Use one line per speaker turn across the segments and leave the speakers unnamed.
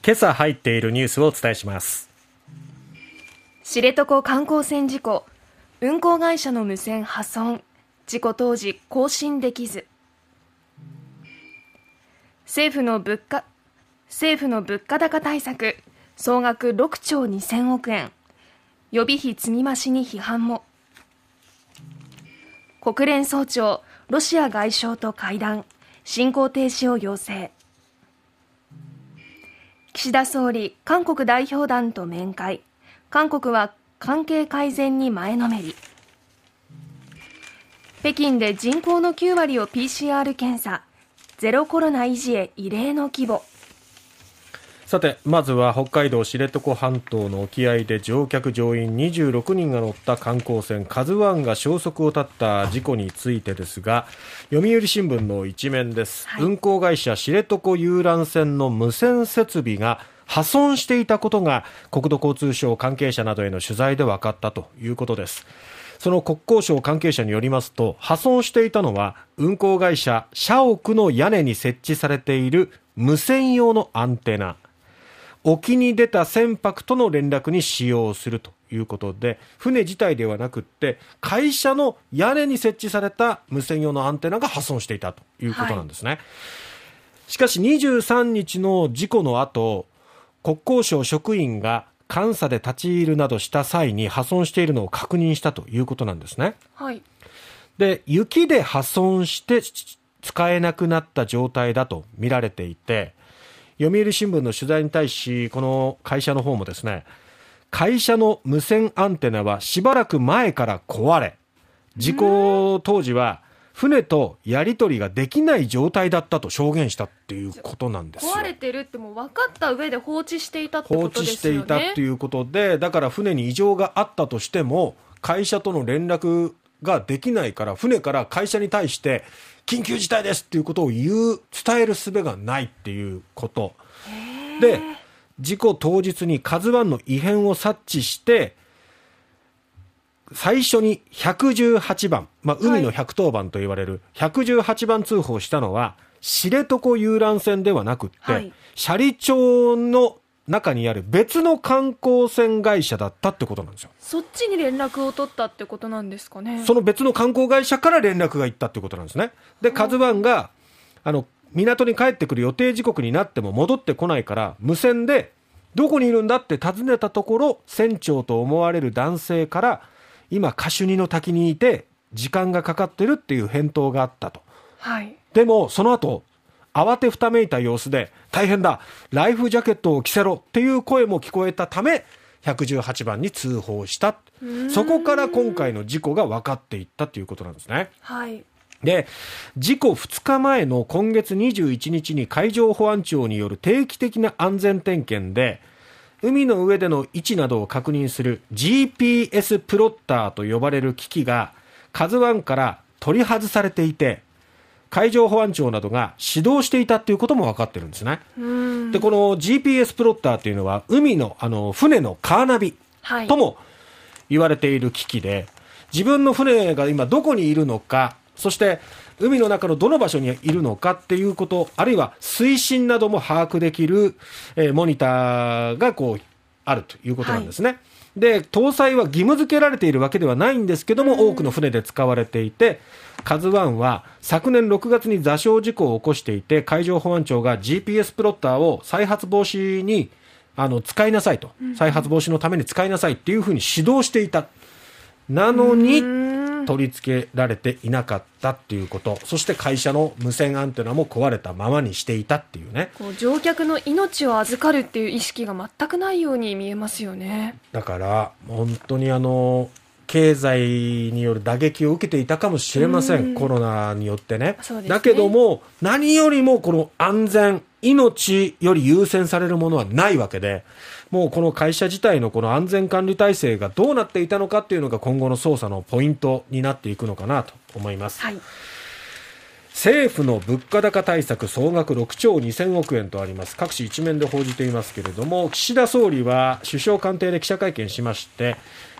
今朝入っているニュースをお伝えします。
知床観光船事故、運航会社の無線破損、事故当時更新できず。政府の物価高対策、総額6兆2000億円、予備費積み増しに批判も。国連総長、ロシア外相と会談、侵攻停止を要請。岸田総理、韓国代表団と面会、韓国は関係改善に前のめり。北京で人口の9割を PCR 検査、ゼロコロナ維持へ異例の規模。
さて、まずは北海道知床半島の沖合で乗客乗員26人が乗った観光船KAZUIが消息を絶った事故についてですが、読売新聞の一面です、運航会社知床遊覧船の無線設備が破損していたことが国土交通省関係者などへの取材で分かったということです。その国交省関係者によりますと、破損していたのは運航会社社屋の屋根に設置されている無線用のアンテナ、沖に出た船舶との連絡に使用するということで、船自体ではなくって会社の屋根に設置された無線用のアンテナが破損していたということなんですね、しかし23日の事故の後、国交省職員が監査で立ち入るなどした際に破損しているのを確認したということなんですね、で、雪で破損して使えなくなった状態だと見られていて、読売新聞の取材に対しこの会社の方もですね、会社の無線アンテナはしばらく前から壊れ、事故当時は船とやり取りができない状態だったと証言したっていうことなんですよ。
壊れてるってもう分かった上で放置していたってことですよね。
放置していたっていうことで、だから船に異常があったとしても会社との連絡ができないから、船から会社に対して緊急事態ですっていうことを伝える術がないっていうことで、事故当日にKAZUIの異変を察知して最初に118番、海の110番と言われる118番通報したのは知床遊覧船ではなくって、斜里町の中にある別の観光船会社だったってことなんですよ。
そっちに連絡を取ったってことなんですかね。
その別の観光会社から連絡がいったってことなんですね。で、KAZUIが港に帰ってくる予定時刻になっても戻ってこないから、無線でどこにいるんだって尋ねたところ、船長と思われる男性から今カシュニの滝にいて時間がかかってるっていう返答があったと、でもその後慌てふためいた様子で、大変だ、ライフジャケットを着せろっていう声も聞こえたため118番に通報した。そこから今回の事故が分かっていったということなんですね。で、事故2日前の今月21日に海上保安庁による定期的な安全点検で、海の上での位置などを確認する GPS プロッターと呼ばれる機器がKAZUIから取り外されていて、海上保安庁などが指導していたということも分かってるんですね。で、この GPS プロッターというのは海の船のカーナビとも言われている機器で、自分の船が今どこにいるのか、そして海の中のどの場所にいるのかっていうこと、あるいは水深なども把握できる、モニターがあるということなんですね。で、搭載は義務付けられているわけではないんですけども、多くの船で使われていて、KAZUIは昨年6月に座礁事故を起こしていて、海上保安庁が GPS プロッターを再発防止に使いなさいと、再発防止のために使いなさいっていうふうに指導していた。なのに取り付けられていなかったっていうこと、そして会社の無線アンテナも壊れたままにしていたっていうね。
乗客の命を預かるっていう意識が全くないように見えますよね。
だから本当に経済による打撃を受けていたかもしれません、コロナによってね。だけども何よりもこの安全、命より優先されるものはないわけで、もうこの会社自体のこの安全管理体制がどうなっていたのかっていうのが今後の捜査のポイントになっていくのかなと思います。政府の物価高対策総額6兆2000億円とあります。各紙一面で報じていますけれども、岸田総理は首相官邸で記者会見しまして、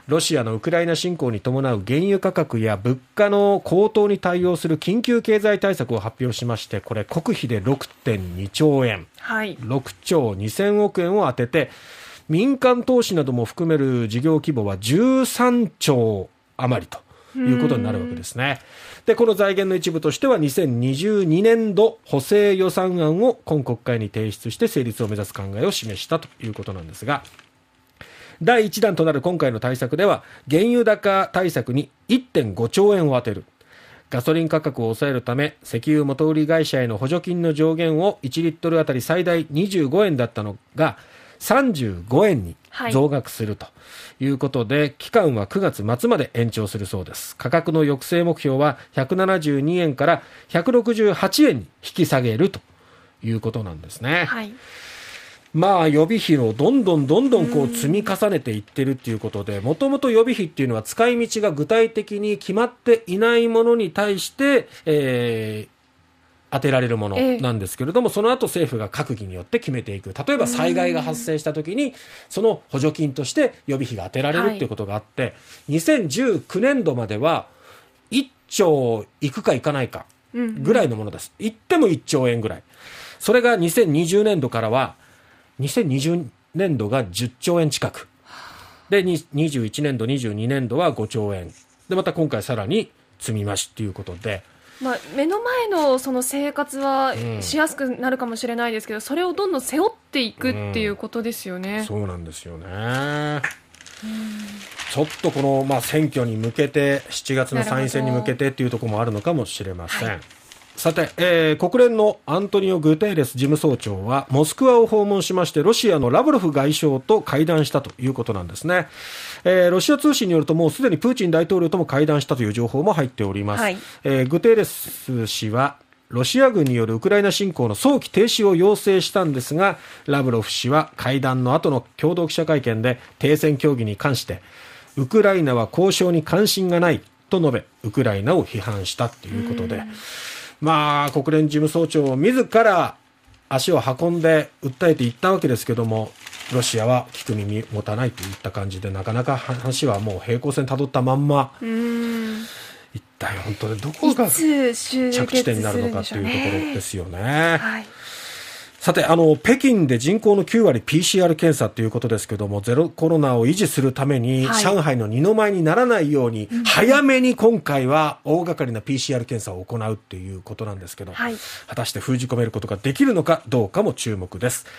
ロシアのウクライナ侵攻に伴う原油価格や物価の高騰に対応する緊急経済対策を発表しまして、これ国費で 6.2 兆円、
はい、
6兆2000億円を充てて、民間投資なども含める事業規模は13兆余りということになるわけですね。で、この財源の一部としては2022年度補正予算案を今国会に提出して成立を目指す考えを示したということなんですが、第1弾となる今回の対策では、原油高対策に 1.5 兆円を充てる。ガソリン価格を抑えるため、石油元売り会社への補助金の上限を1リットルあたり最大25円だったのが35円に増額するということで、はい、期間は9月末まで延長するそうです。価格の抑制目標は172円から168円に引き下げるということなんですね。はい、まあ予備費をどんどんこう積み重ねていってるっていうことで、もともと予備費っていうのは使い道が具体的に決まっていないものに対して、当てられるものなんですけれども、その後政府が閣議によって決めていく。例えば災害が発生した時にその補助金として予備費が当てられるっていうことがあって、はい、2019年度までは1兆いくかいかないかぐらいのものです。いっても1兆円ぐらい。それが2020年度からは2020年度が10兆円近くで、21年度22年度は5兆円で、また今回さらに積み増しということで、
まあ、目の前のその生活はしやすくなるかもしれないですけど、それをどんどん背負っていくっていうことですよね。
そうなんですよね。ちょっとこの、選挙に向けて、7月の参院選に向けてっていうところもあるのかもしれません。はい、さて、国連のアントニオ・グテーレス事務総長はモスクワを訪問しまして、ロシアのラブロフ外相と会談したということなんですね。ロシア通信によると、もうすでにプーチン大統領とも会談したという情報も入っております。はい、グテーレス氏はロシア軍によるウクライナ侵攻の早期停止を要請したんですが、ラブロフ氏は会談の後の共同記者会見で停戦協議に関して、ウクライナは交渉に関心がないと述べ、ウクライナを批判したということで、国連事務総長自ら足を運んで訴えていったわけですけども、ロシアは聞く耳持たないといった感じで、なかなか話はもう平行線たどったまんま、一体本当にどこが着地点になるのかというところですよね。はい、さて、北京で人口の9割 PCR 検査ということですけども、ゼロコロナを維持するために、上海の二の舞にならないように、早めに今回は大掛かりな PCR 検査を行うということなんですけど、果たして封じ込めることができるのかどうかも注目です。